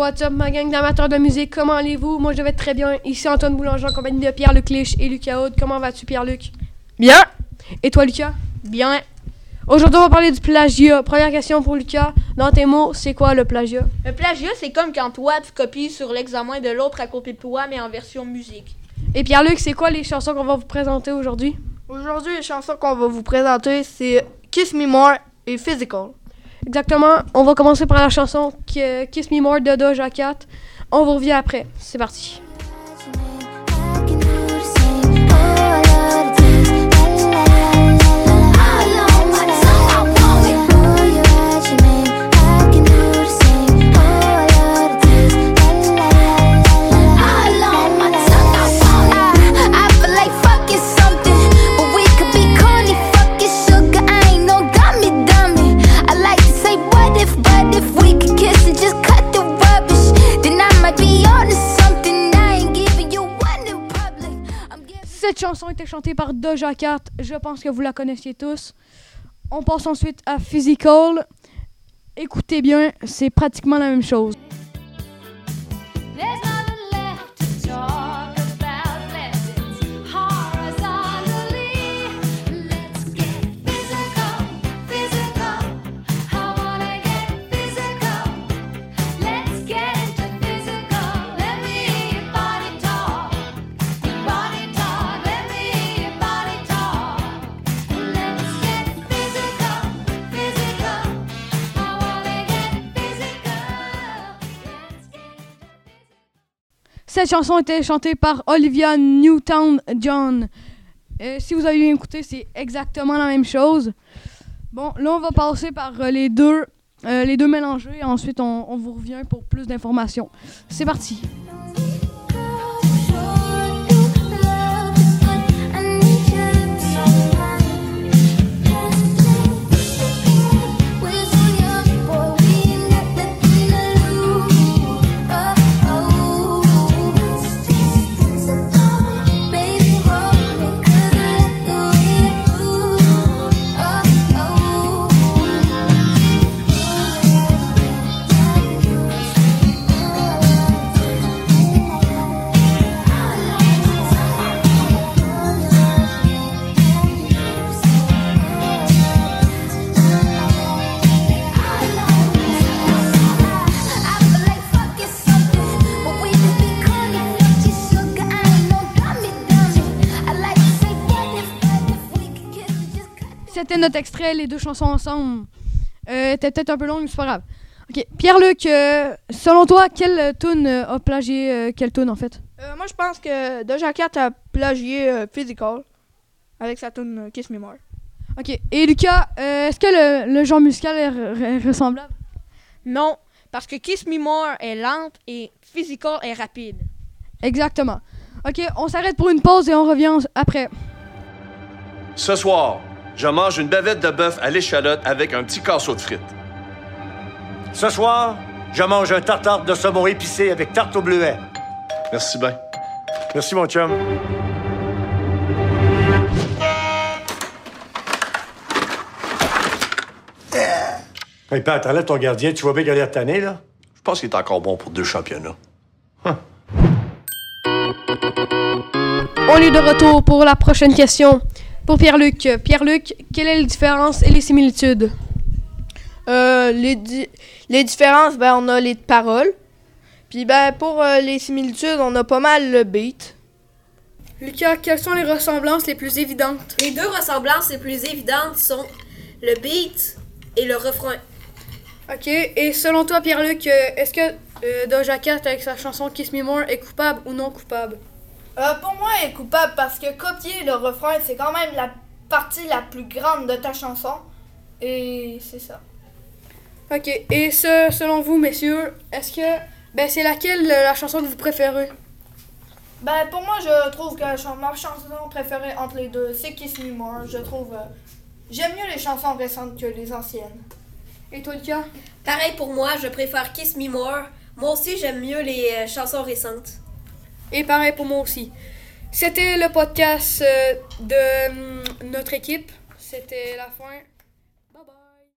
What's up ma gang d'amateurs de musique, comment allez-vous? Moi je vais très bien, ici Antoine Boulanger en compagnie de Pierre-Luc Lich et Lucas Aude. Comment vas-tu Pierre-Luc? Bien. Et toi Lucas? Bien. Aujourd'hui on va parler du plagiat. Première question pour Lucas, dans tes mots, c'est quoi le plagiat? Le plagiat, c'est comme quand toi, tu copies sur l'examen de l'autre à côté de toi, mais en version musique. Et Pierre-Luc, c'est quoi les chansons qu'on va vous présenter aujourd'hui? Aujourd'hui, les chansons qu'on va vous présenter, c'est Kiss Me More et Physical. Exactement, on va commencer par la chanson Kiss Me More de Doja Cat. On vous revient après, c'est parti. Cette chanson était chantée par Doja Cat, je pense que vous la connaissiez tous. On passe ensuite à Physical. Écoutez bien, c'est pratiquement la même chose. Cette chanson était chantée par Olivia Newton-John. Si vous avez bien écouté, c'est exactement la même chose. Bon, là, on va passer par les deux mélangés. Et ensuite, on vous revient pour plus d'informations. C'est parti. C'était notre extrait, les deux chansons ensemble. Était peut-être un peu longue, mais c'est pas grave. Ok, Pierre-Luc, selon toi, quelle tune a plagié quelle tune en fait? Moi, je pense que Doja Cat a plagié Physical avec sa tune Kiss Me More. Ok, et Lucas, est-ce que le genre musical est ressemblable? Non, parce que Kiss Me More est lente et Physical est rapide. Exactement. Ok, on s'arrête pour une pause et on revient après. Ce soir, je mange une bavette de bœuf à l'échalote avec un petit casseau de frites. Ce soir, je mange un tartare de saumon épicé avec tarte au bleuet. Merci bien. Merci, mon chum. Hey, Pat, enlève ton gardien. Tu vois bien qu'il a l'air tanné, là? Je pense qu'il est encore bon pour 2 championnats. On est de retour pour la prochaine question. Pour Pierre-Luc. Pierre-Luc, quelle est la différence et les similitudes? Les différences, ben, on a les paroles. Puis, ben, pour les similitudes, on a pas mal le beat. Lucas, quelles sont les ressemblances les plus évidentes? Les deux ressemblances les plus évidentes sont le beat et le refrain. Ok, et selon toi, Pierre-Luc, est-ce que Doja Cat avec sa chanson Kiss Me More est coupable ou non coupable? Pour moi, elle est coupable parce que copier le refrain, c'est quand même la partie la plus grande de ta chanson. Et c'est ça. Ok, et selon vous, messieurs, est-ce que c'est laquelle la chanson que vous préférez? Ben, pour moi, je trouve que ma chanson préférée entre les deux, c'est Kiss Me More. Je trouve... j'aime mieux les chansons récentes que les anciennes. Et toi, Lucas? Pareil pour moi, je préfère Kiss Me More. Moi aussi, j'aime mieux les chansons récentes. Et pareil pour moi aussi. C'était le podcast de notre équipe. C'était la fin. Bye bye.